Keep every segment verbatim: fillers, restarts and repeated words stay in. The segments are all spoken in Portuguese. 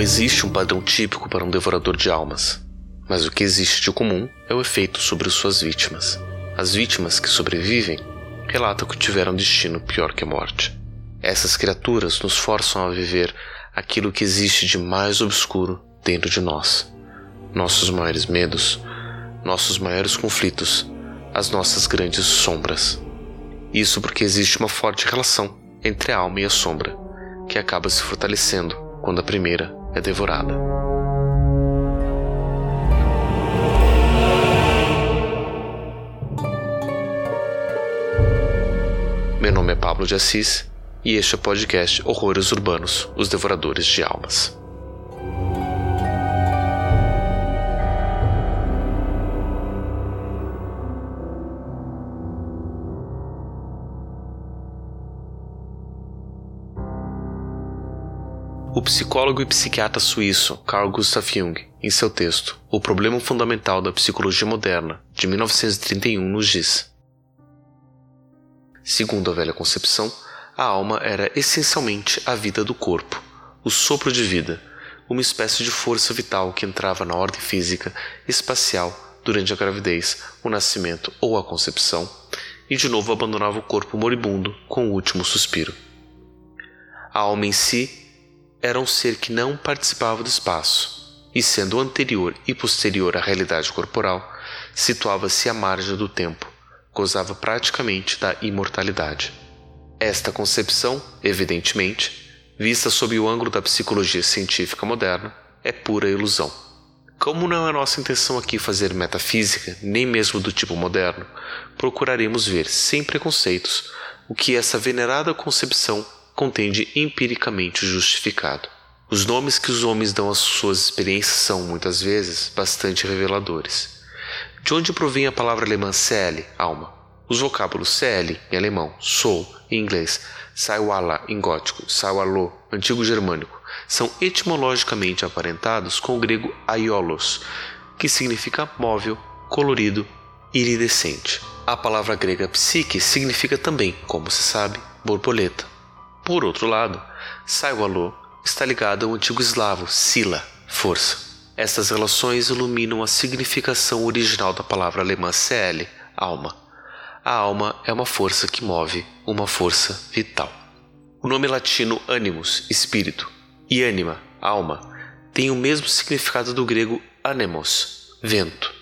existe um padrão típico para um devorador de almas, mas o que existe de comum é o efeito sobre suas vítimas. As vítimas que sobrevivem relatam que tiveram um destino pior que a morte. Essas criaturas nos forçam a viver aquilo que existe de mais obscuro dentro de nós. Nossos maiores medos, nossos maiores conflitos, as nossas grandes sombras. Isso porque existe uma forte relação entre a alma e a sombra, que acaba se fortalecendo quando a primeira é devorada. Meu nome é Pablo de Assis e este é o podcast Horrores Urbanos, Os Devoradores de Almas. O psicólogo e psiquiatra suíço Carl Gustav Jung, em seu texto O Problema Fundamental da Psicologia Moderna, de mil novecentos e trinta e um, nos diz: segundo a velha concepção, a alma era essencialmente a vida do corpo, o sopro de vida, uma espécie de força vital que entrava na ordem física espacial durante a gravidez, o nascimento ou a concepção, e de novo abandonava o corpo moribundo com o último suspiro. A alma em si era um ser que não participava do espaço, e sendo anterior e posterior à realidade corporal, situava-se à margem do tempo, gozava praticamente da imortalidade. Esta concepção, evidentemente, vista sob o ângulo da psicologia científica moderna, é pura ilusão. Como não é nossa intenção aqui fazer metafísica, nem mesmo do tipo moderno, procuraremos ver, sem preconceitos, o que essa venerada concepção contém de empiricamente justificado. Os nomes que os homens dão às suas experiências são, muitas vezes, bastante reveladores. De onde provém a palavra alemã Seele, alma? Os vocábulos Seele, em alemão, soul, em inglês, Saiwala, em gótico, Saiwalo, antigo germânico, são etimologicamente aparentados com o grego aiolos, que significa móvel, colorido, iridescente. A palavra grega psique significa também, como se sabe, borboleta. Por outro lado, Saiwalo está ligado ao antigo eslavo sila, força. Estas relações iluminam a significação original da palavra alemã Seele, alma. A alma é uma força que move, uma força vital. O nome latino animus, espírito, e anima, alma, tem o mesmo significado do grego anemos, vento.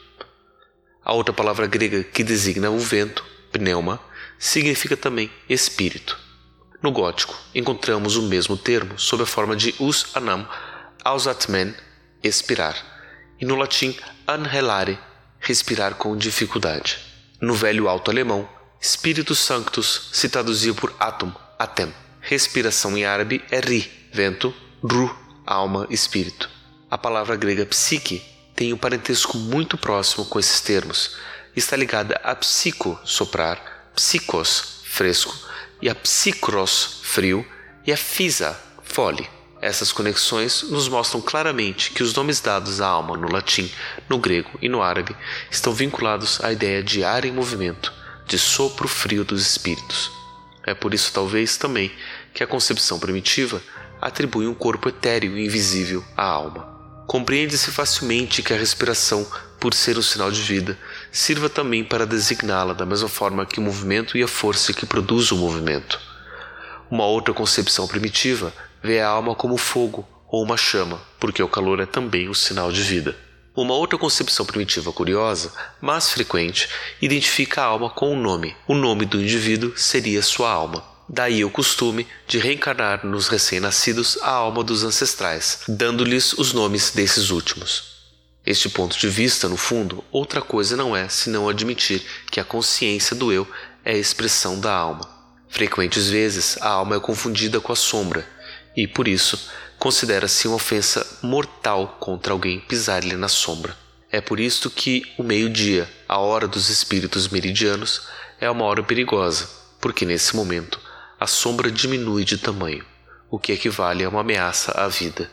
A outra palavra grega que designa o vento, pneuma, significa também espírito. No gótico, encontramos o mesmo termo sob a forma de us anam, ausatmen, expirar, e no latim anhelare, respirar com dificuldade. No velho alto-alemão, spiritus sanctus se traduzia por atum, atem. Respiração em árabe é ri, vento, ru, alma, espírito. A palavra grega psique tem um parentesco muito próximo com esses termos. Está ligada a psico, soprar, psikos, fresco, e a psikros, frio, e a phisa, fole. Essas conexões nos mostram claramente que os nomes dados à alma no latim, no grego e no árabe estão vinculados à ideia de ar em movimento, de sopro frio dos espíritos. É por isso talvez também que a concepção primitiva atribui um corpo etéreo e invisível à alma. Compreende-se facilmente que a respiração, por ser um sinal de vida, sirva também para designá-la da mesma forma que o movimento e a força que produz o movimento. Uma outra concepção primitiva vê a alma como fogo ou uma chama, porque o calor é também um sinal de vida. Uma outra concepção primitiva curiosa, mas frequente, identifica a alma com um nome. O nome do indivíduo seria sua alma. Daí o costume de reencarnar nos recém-nascidos a alma dos ancestrais, dando-lhes os nomes desses últimos. Este ponto de vista, no fundo, outra coisa não é senão admitir que a consciência do eu é a expressão da alma. Frequentes vezes, a alma é confundida com a sombra, e, por isso, considera-se uma ofensa mortal contra alguém pisar-lhe na sombra. É por isto que o meio-dia, a hora dos espíritos meridianos, é uma hora perigosa, porque nesse momento a sombra diminui de tamanho, o que equivale a uma ameaça à vida.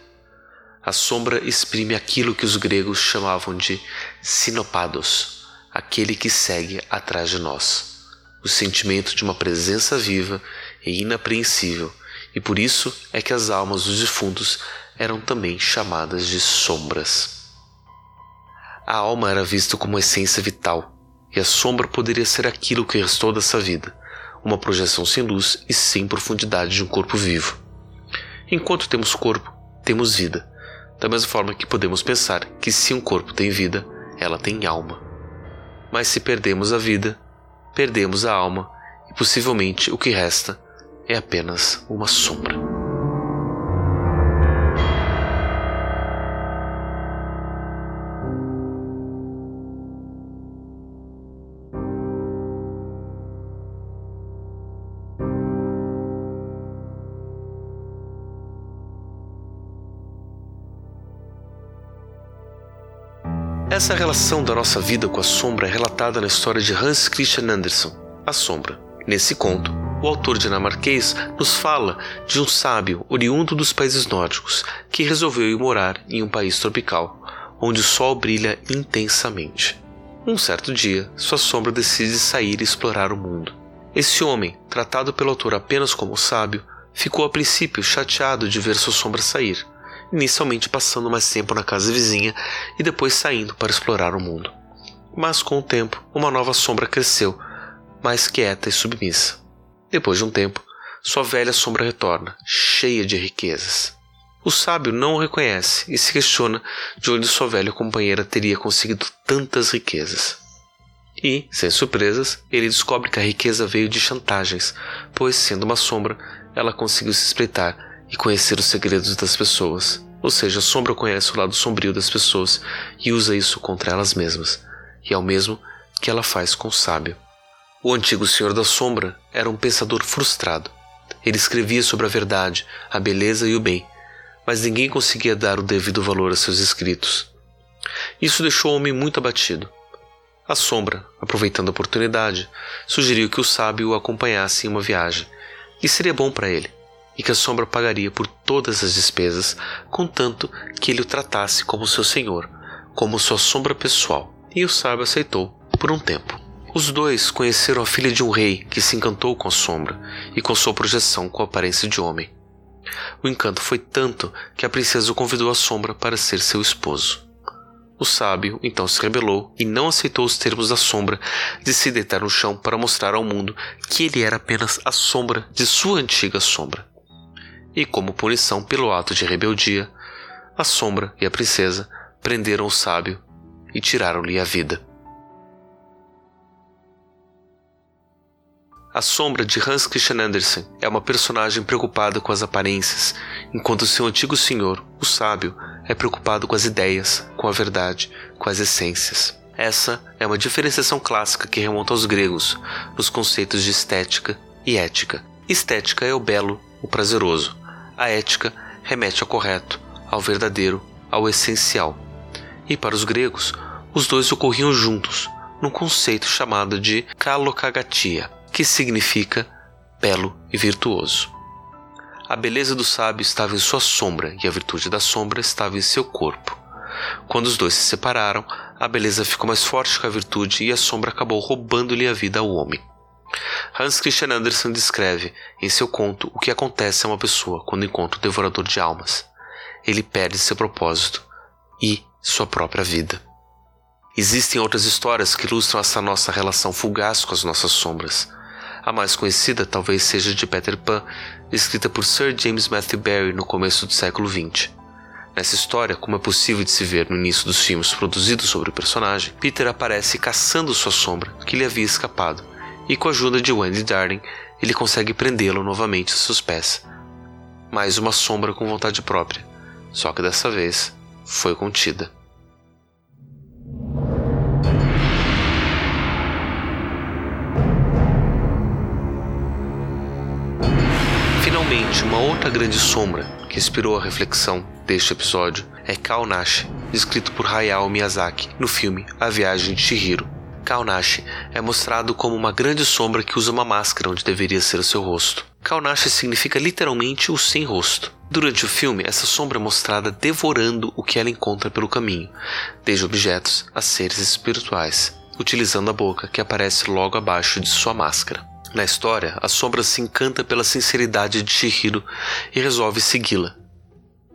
A sombra exprime aquilo que os gregos chamavam de sinopados, aquele que segue atrás de nós, o sentimento de uma presença viva e inapreensível, e por isso é que as almas dos defuntos eram também chamadas de sombras. A alma era vista como essência vital, e a sombra poderia ser aquilo que restou dessa vida, uma projeção sem luz e sem profundidade de um corpo vivo. Enquanto temos corpo, temos vida, da mesma forma que podemos pensar que se um corpo tem vida, ela tem alma. Mas se perdemos a vida, perdemos a alma, e possivelmente o que resta é apenas uma sombra. Essa relação da nossa vida com a sombra é relatada na história de Hans Christian Andersen, A Sombra. Nesse conto, o autor dinamarquês nos fala de um sábio oriundo dos países nórdicos que resolveu ir morar em um país tropical, onde o sol brilha intensamente. Um certo dia, sua sombra decide sair e explorar o mundo. Esse homem, tratado pelo autor apenas como sábio, ficou a princípio chateado de ver sua sombra sair, inicialmente passando mais tempo na casa vizinha e depois saindo para explorar o mundo. Mas com o tempo, uma nova sombra cresceu, mais quieta e submissa. Depois de um tempo, sua velha sombra retorna, cheia de riquezas. O sábio não o reconhece e se questiona de onde sua velha companheira teria conseguido tantas riquezas. E, sem surpresas, ele descobre que a riqueza veio de chantagens, pois, sendo uma sombra, ela conseguiu se espreitar e conhecer os segredos das pessoas, ou seja, a sombra conhece o lado sombrio das pessoas e usa isso contra elas mesmas, e é o mesmo que ela faz com o sábio. O antigo Senhor da Sombra era um pensador frustrado. Ele escrevia sobre a verdade, a beleza e o bem, mas ninguém conseguia dar o devido valor a seus escritos. Isso deixou o homem muito abatido. A sombra, aproveitando a oportunidade, sugeriu que o sábio o acompanhasse em uma viagem, e seria bom para ele, e que a sombra pagaria por todas as despesas, contanto que ele o tratasse como seu senhor, como sua sombra pessoal, e o sábio aceitou por um tempo. Os dois conheceram a filha de um rei que se encantou com a sombra e com sua projeção com a aparência de homem. O encanto foi tanto que a princesa o convidou à sombra para ser seu esposo. O sábio então se rebelou e não aceitou os termos da sombra de se deitar no chão para mostrar ao mundo que ele era apenas a sombra de sua antiga sombra. E como punição pelo ato de rebeldia, a sombra e a princesa prenderam o sábio e tiraram-lhe a vida. A sombra de Hans Christian Andersen é uma personagem preocupada com as aparências, enquanto seu antigo senhor, o sábio, é preocupado com as ideias, com a verdade, com as essências. Essa é uma diferenciação clássica que remonta aos gregos, nos conceitos de estética e ética. Estética é o belo, o prazeroso. A ética remete ao correto, ao verdadeiro, ao essencial. E para os gregos, os dois ocorriam juntos, num conceito chamado de kalokagatia, que significa belo e virtuoso. A beleza do sábio estava em sua sombra e a virtude da sombra estava em seu corpo. Quando os dois se separaram, a beleza ficou mais forte que a virtude e a sombra acabou roubando-lhe a vida ao homem. Hans Christian Andersen descreve em seu conto o que acontece a uma pessoa quando encontra o devorador de almas. Ele perde seu propósito e sua própria vida. Existem outras histórias que ilustram essa nossa relação fugaz com as nossas sombras. A mais conhecida talvez seja de Peter Pan, escrita por Sir James Matthew Barrie no começo do século vinte. Nessa história, como é possível de se ver no início dos filmes produzidos sobre o personagem, Peter aparece caçando sua sombra, que lhe havia escapado, e com a ajuda de Wendy Darling, ele consegue prendê-lo novamente a seus pés. Mais uma sombra com vontade própria, só que dessa vez foi contida. Finalmente, uma outra grande sombra que inspirou a reflexão deste episódio é Kaonashi, descrito por Hayao Miyazaki no filme A Viagem de Chihiro. Kaonashi é mostrado como uma grande sombra que usa uma máscara onde deveria ser o seu rosto. Kaonashi significa literalmente o sem rosto. Durante o filme, essa sombra é mostrada devorando o que ela encontra pelo caminho, desde objetos a seres espirituais, utilizando a boca que aparece logo abaixo de sua máscara. Na história, a sombra se encanta pela sinceridade de Chihiro e resolve segui-la.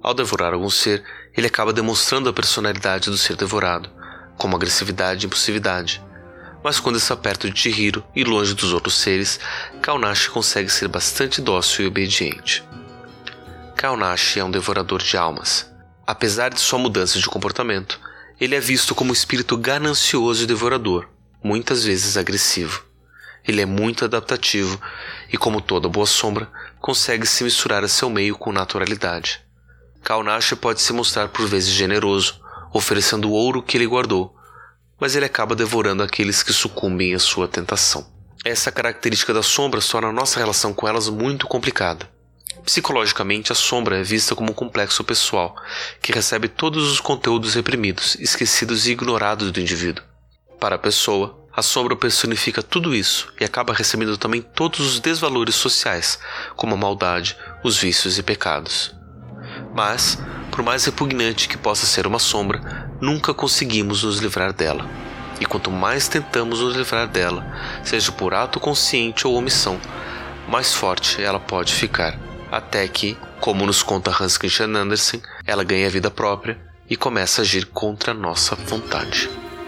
Ao devorar algum ser, ele acaba demonstrando a personalidade do ser devorado, como agressividade e impulsividade. Mas quando está perto de Chihiro e longe dos outros seres, Kaonashi consegue ser bastante dócil e obediente. Kaonashi é um devorador de almas. Apesar de sua mudança de comportamento, ele é visto como um espírito ganancioso e devorador, muitas vezes agressivo. Ele é muito adaptativo e, como toda boa sombra, consegue se misturar a seu meio com naturalidade. Kaonashi pode se mostrar por vezes generoso, oferecendo o ouro que ele guardou, mas ele acaba devorando aqueles que sucumbem à sua tentação. Essa característica das sombras torna a nossa relação com elas muito complicada. Psicologicamente, a sombra é vista como um complexo pessoal, que recebe todos os conteúdos reprimidos, esquecidos e ignorados do indivíduo. Para a pessoa, a sombra personifica tudo isso e acaba recebendo também todos os desvalores sociais, como a maldade, os vícios e pecados. Mas, por mais repugnante que possa ser uma sombra, nunca conseguimos nos livrar dela. E quanto mais tentamos nos livrar dela, seja por ato consciente ou omissão, mais forte ela pode ficar. Até que, como nos conta Hans Christian Andersen, ela ganha vida própria e começa a agir contra a nossa vontade.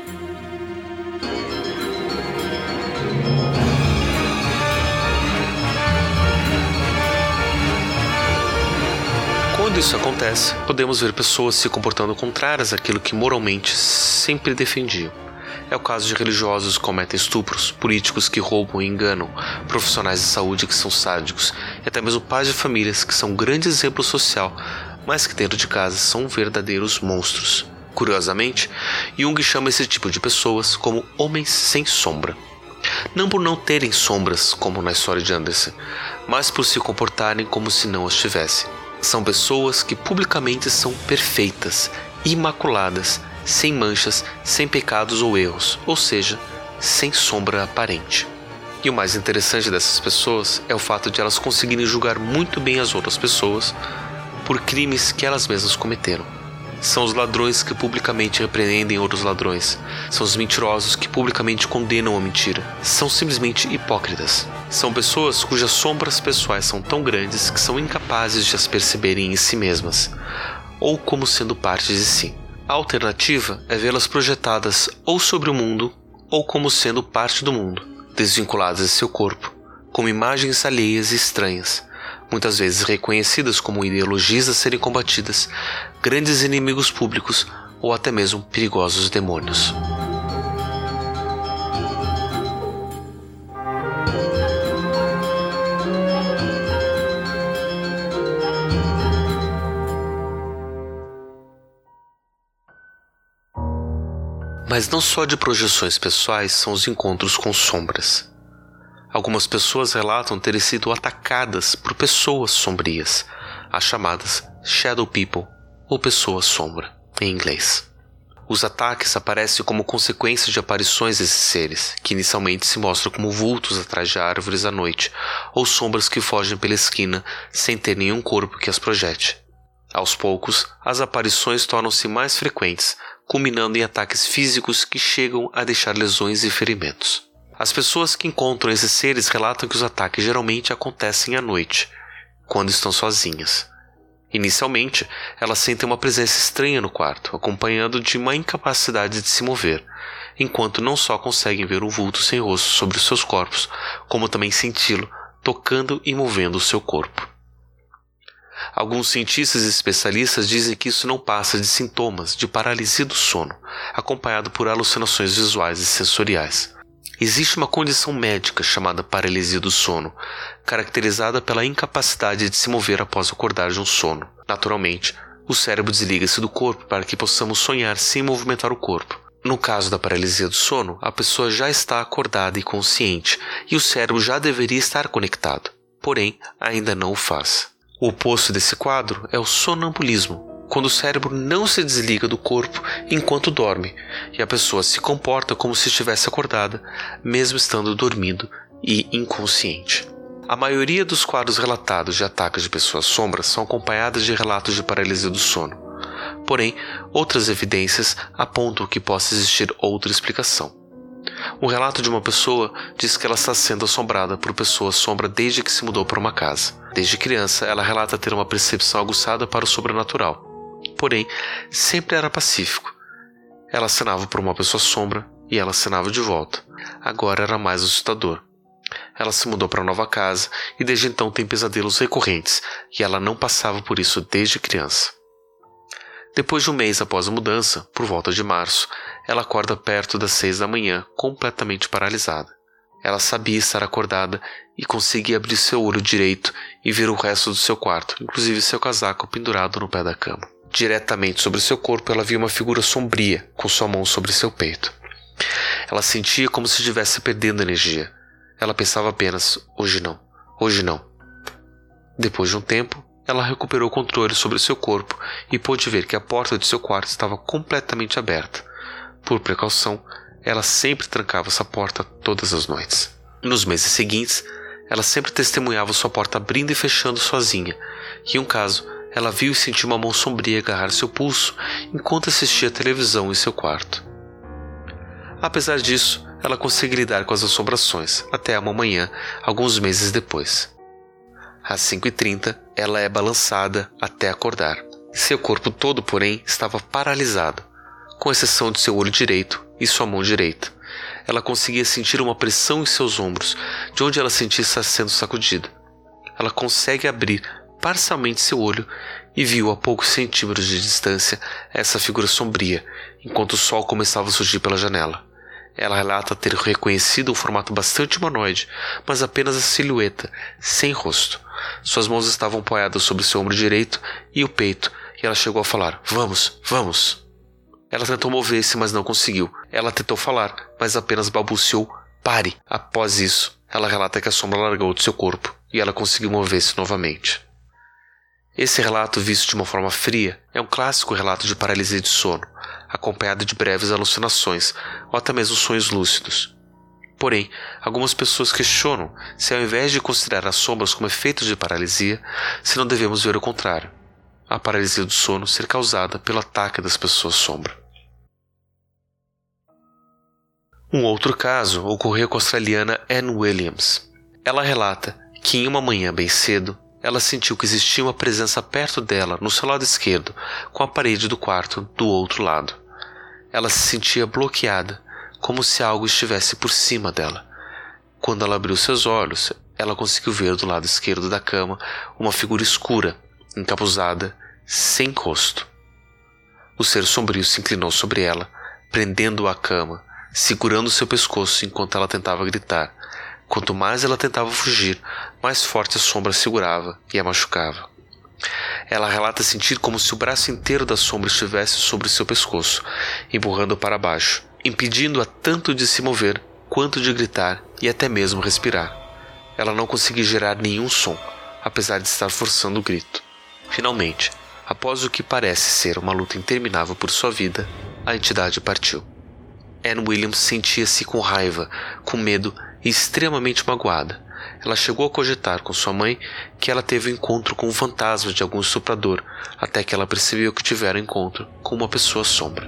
Quando isso acontece, podemos ver pessoas se comportando contrárias àquilo que moralmente sempre defendiam. É o caso de religiosos que cometem estupros, políticos que roubam e enganam, profissionais de saúde que são sádicos e até mesmo pais de famílias que são um grande exemplo social, mas que dentro de casa são verdadeiros monstros. Curiosamente, Jung chama esse tipo de pessoas como homens sem sombra. Não por não terem sombras, como na história de Andersen, mas por se comportarem como se não as tivessem. São pessoas que publicamente são perfeitas, imaculadas, sem manchas, sem pecados ou erros, ou seja, sem sombra aparente. E o mais interessante dessas pessoas é o fato de elas conseguirem julgar muito bem as outras pessoas por crimes que elas mesmas cometeram. São os ladrões que publicamente repreendem outros ladrões. São os mentirosos que publicamente condenam a mentira. São simplesmente hipócritas. São pessoas cujas sombras pessoais são tão grandes que são incapazes de as perceberem em si mesmas, ou como sendo parte de si. A alternativa é vê-las projetadas ou sobre o mundo, ou como sendo parte do mundo, desvinculadas de seu corpo, como imagens alheias e estranhas, muitas vezes reconhecidas como ideologias a serem combatidas, grandes inimigos públicos ou até mesmo perigosos demônios. Mas não só de projeções pessoais são os encontros com sombras. Algumas pessoas relatam terem sido atacadas por pessoas sombrias, as chamadas Shadow People, ou pessoas sombra, em inglês. Os ataques aparecem como consequência de aparições desses seres, que inicialmente se mostram como vultos atrás de árvores à noite, ou sombras que fogem pela esquina sem ter nenhum corpo que as projete. Aos poucos, as aparições tornam-se mais frequentes, culminando em ataques físicos que chegam a deixar lesões e ferimentos. As pessoas que encontram esses seres relatam que os ataques geralmente acontecem à noite, quando estão sozinhas. Inicialmente, elas sentem uma presença estranha no quarto, acompanhando de uma incapacidade de se mover, enquanto não só conseguem ver um vulto sem rosto sobre os seus corpos, como também senti-lo tocando e movendo o seu corpo. Alguns cientistas e especialistas dizem que isso não passa de sintomas de paralisia do sono, acompanhado por alucinações visuais e sensoriais. Existe uma condição médica chamada paralisia do sono, caracterizada pela incapacidade de se mover após acordar de um sono. Naturalmente, o cérebro desliga-se do corpo para que possamos sonhar sem movimentar o corpo. No caso da paralisia do sono, a pessoa já está acordada e consciente, e o cérebro já deveria estar conectado, porém ainda não o faz. O oposto desse quadro é o sonambulismo, quando o cérebro não se desliga do corpo enquanto dorme, e a pessoa se comporta como se estivesse acordada, mesmo estando dormindo e inconsciente. A maioria dos quadros relatados de ataques de pessoas sombras são acompanhadas de relatos de paralisia do sono. Porém, outras evidências apontam que possa existir outra explicação. Um relato de uma pessoa diz que ela está sendo assombrada por pessoas sombra desde que se mudou para uma casa. Desde criança, ela relata ter uma percepção aguçada para o sobrenatural. Porém, sempre era pacífico. Ela acenava por uma pessoa sombra e ela acenava de volta. Agora era mais assustador. Ela se mudou para uma nova casa e desde então tem pesadelos recorrentes e ela não passava por isso desde criança. Depois de um mês após a mudança, por volta de março, ela acorda perto das seis da manhã, completamente paralisada. Ela sabia estar acordada e conseguia abrir seu olho direito e ver o resto do seu quarto, inclusive seu casaco pendurado no pé da cama. Diretamente sobre seu corpo, ela via uma figura sombria, com sua mão sobre seu peito. Ela sentia como se estivesse perdendo energia. Ela pensava apenas, hoje não, hoje não. Depois de um tempo, ela recuperou o controle sobre seu corpo e pôde ver que a porta de seu quarto estava completamente aberta. Por precaução, ela sempre trancava essa porta todas as noites. Nos meses seguintes, ela sempre testemunhava sua porta abrindo e fechando sozinha. E em um caso, ela viu e sentiu uma mão sombria agarrar seu pulso enquanto assistia a televisão em seu quarto. Apesar disso, ela consegue lidar com as assombrações até uma manhã, alguns meses depois. Às cinco e trinta, ela é balançada até acordar. Seu corpo todo, porém, estava paralisado, com exceção de seu olho direito e sua mão direita. Ela conseguia sentir uma pressão em seus ombros, de onde ela sentia estar sendo sacudida. Ela consegue abrir parcialmente seu olho e viu a poucos centímetros de distância essa figura sombria, enquanto o sol começava a surgir pela janela. Ela relata ter reconhecido um formato bastante humanoide, mas apenas a silhueta, sem rosto. Suas mãos estavam apoiadas sobre seu ombro direito e o peito, e ela chegou a falar, vamos, vamos. Ela tentou mover-se, mas não conseguiu. Ela tentou falar, mas apenas balbuciou, pare. Após isso, ela relata que a sombra largou de seu corpo, e ela conseguiu mover-se novamente. Esse relato, visto de uma forma fria, é um clássico relato de paralisia de sono, acompanhado de breves alucinações ou até mesmo sonhos lúcidos. Porém, algumas pessoas questionam se ao invés de considerar as sombras como efeitos de paralisia, se não devemos ver o contrário, a paralisia do sono ser causada pelo ataque das pessoas sombra. Um outro caso ocorreu com a australiana Anne Williams. Ela relata que em uma manhã bem cedo, ela sentiu que existia uma presença perto dela, no seu lado esquerdo, com a parede do quarto do outro lado. Ela se sentia bloqueada, como se algo estivesse por cima dela. Quando ela abriu seus olhos, ela conseguiu ver do lado esquerdo da cama uma figura escura, encapuzada, sem rosto. O ser sombrio se inclinou sobre ela, prendendo-a à cama, segurando seu pescoço enquanto ela tentava gritar. Quanto mais ela tentava fugir, mais forte a sombra segurava e a machucava. Ela relata sentir como se o braço inteiro da sombra estivesse sobre seu pescoço, empurrando-a para baixo, impedindo-a tanto de se mover, quanto de gritar e até mesmo respirar. Ela não conseguia gerar nenhum som, apesar de estar forçando o grito. Finalmente, após o que parece ser uma luta interminável por sua vida, a entidade partiu. Anne Williams sentia-se com raiva, com medo e extremamente magoada. Ela chegou a cogitar com sua mãe que ela teve um encontro com o fantasma de algum estuprador, até que ela percebeu que tivera um encontro com uma pessoa sombra.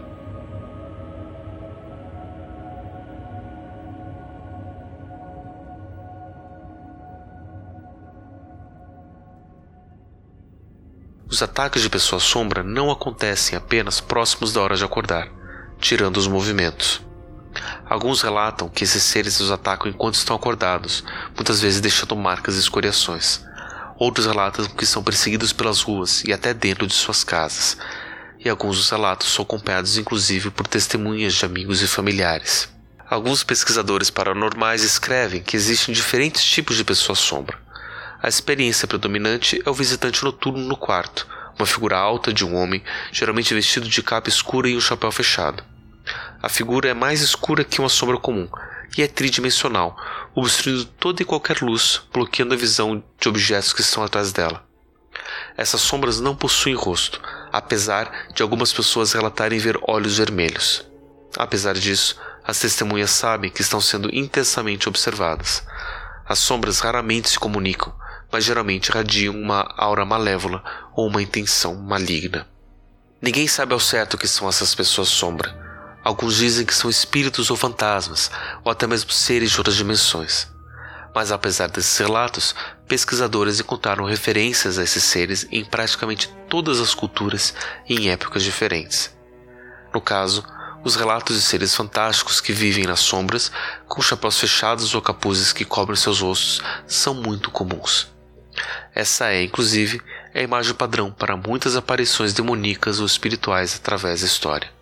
Os ataques de pessoa sombra não acontecem apenas próximos da hora de acordar, tirando os movimentos. Alguns relatam que esses seres os atacam enquanto estão acordados, muitas vezes deixando marcas e escoriações. Outros relatam que são perseguidos pelas ruas e até dentro de suas casas. E alguns dos relatos são acompanhados inclusive por testemunhas de amigos e familiares. Alguns pesquisadores paranormais escrevem que existem diferentes tipos de pessoa sombra. A experiência predominante é o visitante noturno no quarto, uma figura alta de um homem, geralmente vestido de capa escura e um chapéu fechado. A figura é mais escura que uma sombra comum e é tridimensional, obstruindo toda e qualquer luz, bloqueando a visão de objetos que estão atrás dela. Essas sombras não possuem rosto, apesar de algumas pessoas relatarem ver olhos vermelhos. Apesar disso, as testemunhas sabem que estão sendo intensamente observadas. As sombras raramente se comunicam, mas geralmente irradiam uma aura malévola ou uma intenção maligna. Ninguém sabe ao certo o que são essas pessoas sombra. Alguns dizem que são espíritos ou fantasmas, ou até mesmo seres de outras dimensões. Mas apesar desses relatos, pesquisadores encontraram referências a esses seres em praticamente todas as culturas e em épocas diferentes. No caso, os relatos de seres fantásticos que vivem nas sombras, com chapéus fechados ou capuzes que cobrem seus rostos, são muito comuns. Essa é, inclusive, a imagem padrão para muitas aparições demoníacas ou espirituais através da história.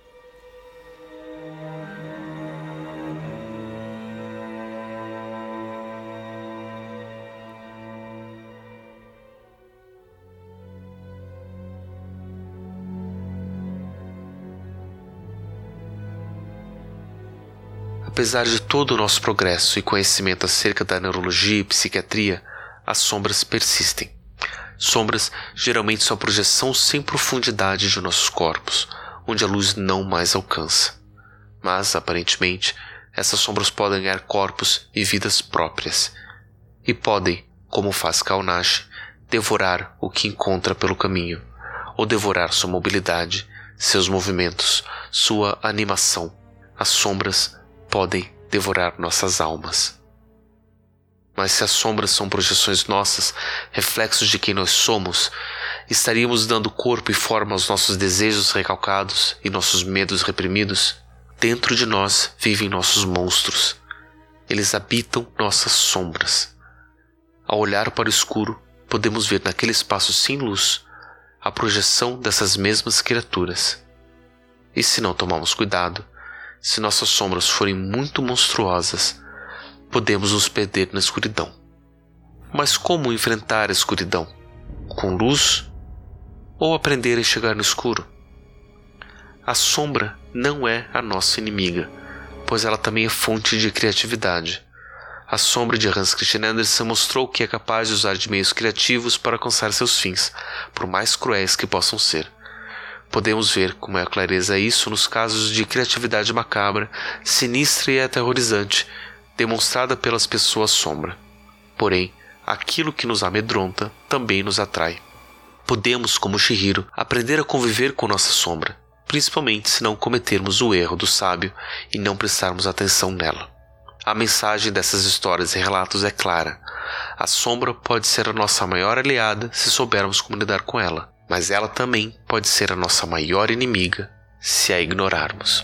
Apesar de todo o nosso progresso e conhecimento acerca da neurologia e psiquiatria, as sombras persistem. Sombras geralmente são a projeção sem profundidade de nossos corpos, onde a luz não mais alcança. Mas, aparentemente, essas sombras podem ganhar corpos e vidas próprias. E podem, como faz Kaunashi, devorar o que encontra pelo caminho, ou devorar sua mobilidade, seus movimentos, sua animação. As sombras podem devorar nossas almas. Mas se as sombras são projeções nossas, reflexos de quem nós somos, estaríamos dando corpo e forma aos nossos desejos recalcados e nossos medos reprimidos? Dentro de nós vivem nossos monstros. Eles habitam nossas sombras. Ao olhar para o escuro, podemos ver naquele espaço sem luz a projeção dessas mesmas criaturas. E se não tomarmos cuidado, se nossas sombras forem muito monstruosas, podemos nos perder na escuridão. Mas como enfrentar a escuridão? Com luz? Ou aprender a enxergar no escuro? A sombra não é a nossa inimiga, pois ela também é fonte de criatividade. A sombra de Hans Christian Andersen mostrou que é capaz de usar de meios criativos para alcançar seus fins, por mais cruéis que possam ser. Podemos ver com maior clareza isso nos casos de criatividade macabra, sinistra e aterrorizante, demonstrada pelas pessoas sombra. Porém, aquilo que nos amedronta também nos atrai. Podemos, como Chihiro, aprender a conviver com nossa sombra, principalmente se não cometermos o erro do sábio e não prestarmos atenção nela. A mensagem dessas histórias e relatos é clara. A sombra pode ser a nossa maior aliada se soubermos como lidar com ela. Mas ela também pode ser a nossa maior inimiga se a ignorarmos.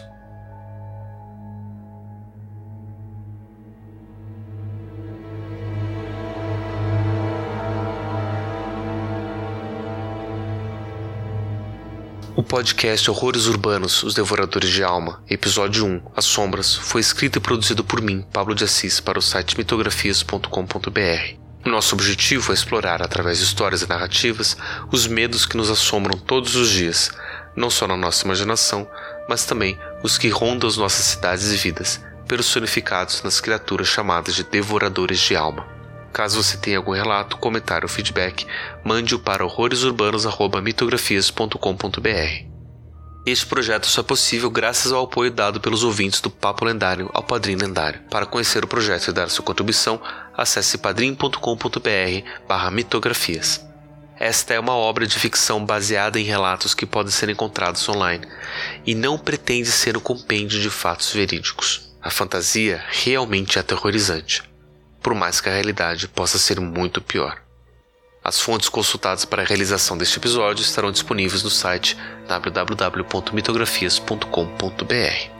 O podcast Horrores Urbanos, Os Devoradores de Alma, episódio um, As Sombras, foi escrito e produzido por mim, Pablo de Assis, para o site mitografias ponto com ponto b r. Nosso objetivo é explorar, através de histórias e narrativas, os medos que nos assombram todos os dias, não só na nossa imaginação, mas também os que rondam as nossas cidades e vidas, personificados nas criaturas chamadas de devoradores de alma. Caso você tenha algum relato, comentário ou feedback, mande-o para horrores urbanos arroba mitografias ponto com ponto b r. Este projeto só é possível graças ao apoio dado pelos ouvintes do Papo Lendário ao Padrim Lendário. Para conhecer o projeto e dar sua contribuição, acesse padrim ponto com ponto b r barra mitografias. Esta é uma obra de ficção baseada em relatos que podem ser encontrados online e não pretende ser um compêndio de fatos verídicos. A fantasia realmente é aterrorizante, por mais que a realidade possa ser muito pior. As fontes consultadas para a realização deste episódio estarão disponíveis no site w w w ponto mitografias ponto com ponto b r.